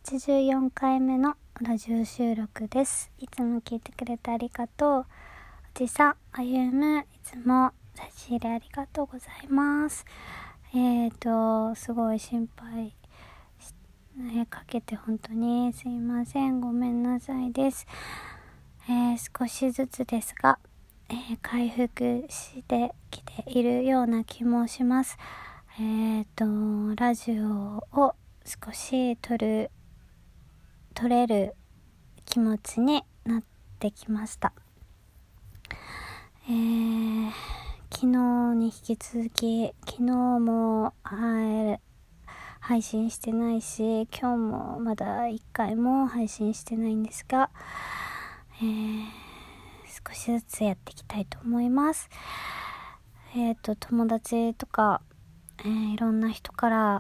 84回目のラジオ収録です。いつも聞いてくれてありがとう。おじさん、あゆむ、いつも差し入れありがとうございます。すごい心配かけて本当にすいません。ごめんなさいです。少しずつですが、回復してきているような気もします。ラジオを少し撮れる気持ちになってきました。昨日に引き続き、昨日も配信してないし、今日もまだ1回も配信してないんですが、少しずつやっていきたいと思います。友達とか、いろんな人から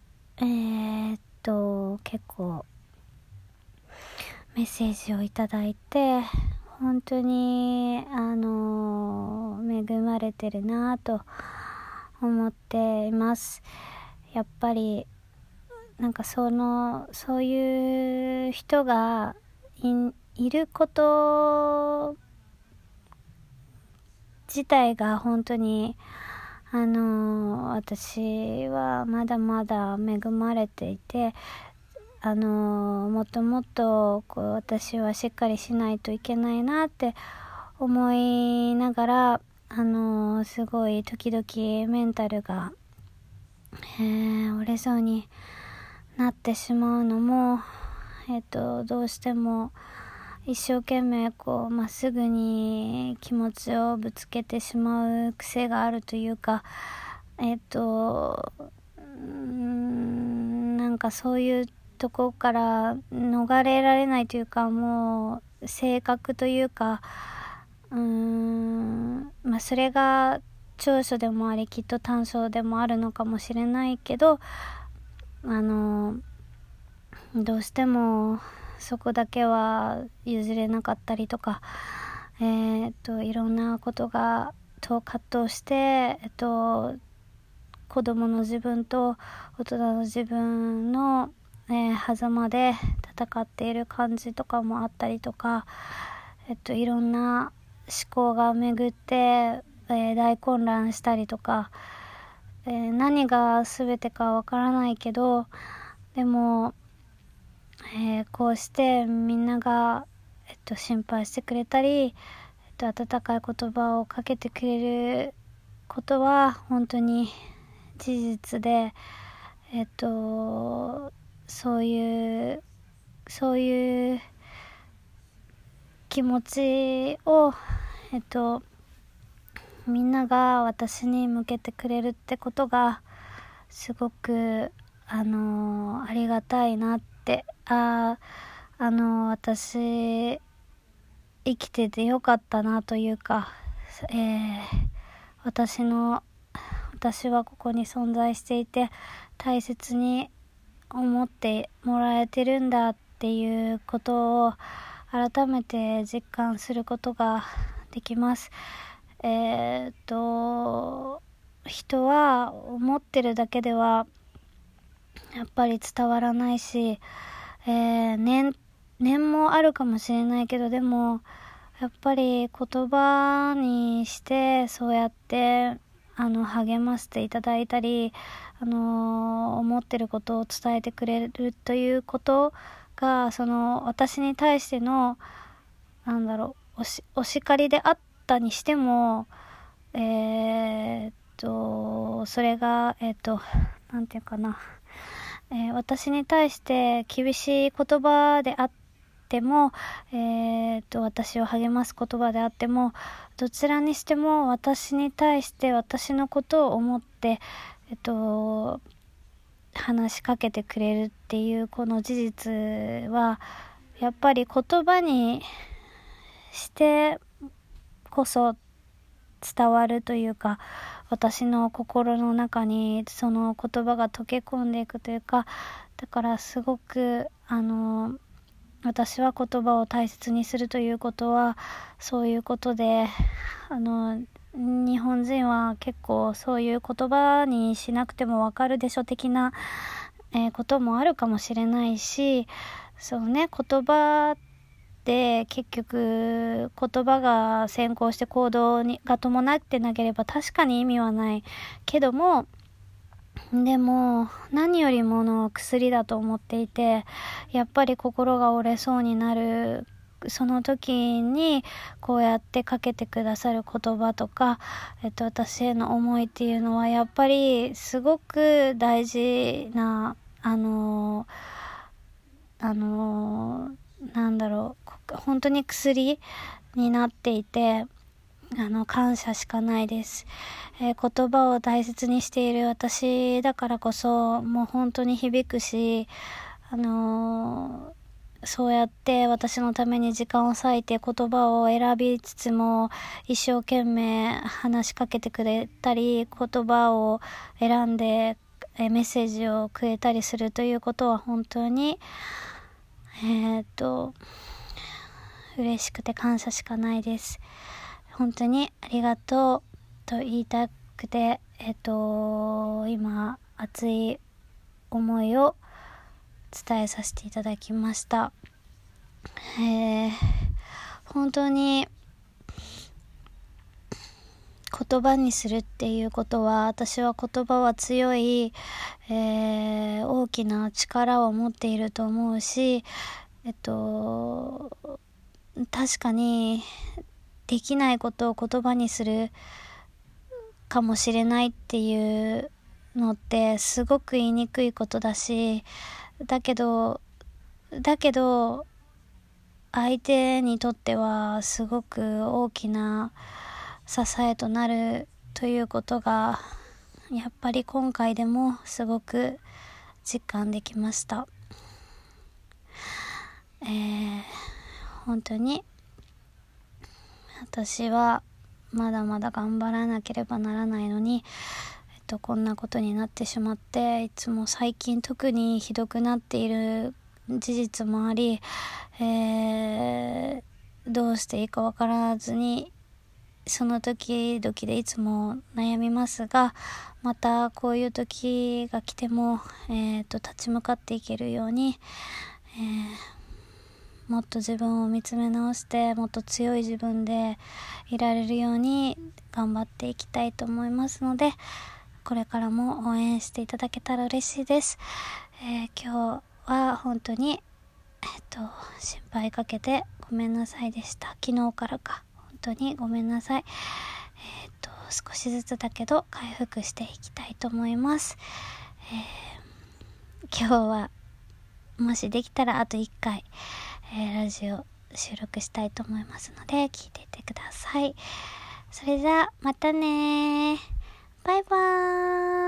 結構メッセージをいただいて、本当に恵まれてるなと思っています。やっぱりなんかそういう人がいること自体が本当に私はまだまだ恵まれていて、もっともっと私はしっかりしないといけないなって思いながら、すごい時々メンタルが、折れそうになってしまうのも、どうしても一生懸命まっすぐに気持ちをぶつけてしまう癖があるというか、なんかそういうとこから逃れられないというか、もう性格というか、それが長所でもあり、きっと短所でもあるのかもしれないけど、どうしてもそこだけは譲れなかったりとか、いろんなことが葛藤して、子供の自分と大人の自分の、狭間で戦っている感じとかもあったりとか、いろんな思考が巡って、大混乱したりとか、何が全てかわからないけど、でも、こうしてみんなが、心配してくれたり、温かい言葉をかけてくれることは本当に事実で、そういう気持ちを、みんなが私に向けてくれるってことがすごくありがたいなって、私生きててよかったなというか、私はここに存在していて大切に思ってもらえてるんだっていうことを改めて実感することができます。人は思ってるだけではやっぱり伝わらないし、念もあるかもしれないけど、でもやっぱり言葉にしてそうやって励ましていただいたり、思ってることを伝えてくれるということが、私に対してのお叱りであったにしても、それがなんていうかな、私に対して厳しい言葉であっても、私を励ます言葉であっても、どちらにしても私に対して私のことを思って、話しかけてくれるっていうこの事実はやっぱり言葉にしてこそ伝わるというか、私の心の中にその言葉が溶け込んでいくというか、だからすごく私は言葉を大切にするということはそういうことで、日本人は結構そういう言葉にしなくてもわかるでしょ的な、 こともあるかもしれないし、そうね、言葉で結局言葉が先行して行動が伴ってなければ確かに意味はないけども、でも何よりもの薬だと思っていて、やっぱり心が折れそうになるその時にこうやってかけてくださる言葉とか、私への思いっていうのはやっぱりすごく大事ななんだろう、本当に薬になっていて、感謝しかないです。言葉を大切にしている私だからこそもう本当に響くし、そうやって私のために時間を割いて言葉を選びつつも一生懸命話しかけてくれたり、言葉を選んでメッセージをくれたりするということは本当に嬉しくて感謝しかないです。本当にありがとうと言いたくて、今熱い思いを伝えさせていただきました。本当に言葉にするっていうことは、私は言葉は強い、大きな力を持っていると思うし、確かにできないことを言葉にするかもしれないっていうのってすごく言いにくいことだし、だけど相手にとってはすごく大きな支えとなるということがやっぱり今回でもすごく実感できました。本当に私はまだまだ頑張らなければならないのに、こんなことになってしまって、いつも最近特にひどくなっている事実もあり、どうしていいかわからずにその時々でいつも悩みますが、またこういう時が来ても、立ち向かっていけるように、もっと自分を見つめ直してもっと強い自分でいられるように頑張っていきたいと思いますので、これからも応援していただけたら嬉しいです。今日は本当に、心配かけてごめんなさいでした。昨日からか本当にごめんなさい。少しずつだけど回復していきたいと思います。今日はもしできたらあと1回、ラジオ収録したいと思いますので聞いていてください。それじゃあまたね、バイバーイ。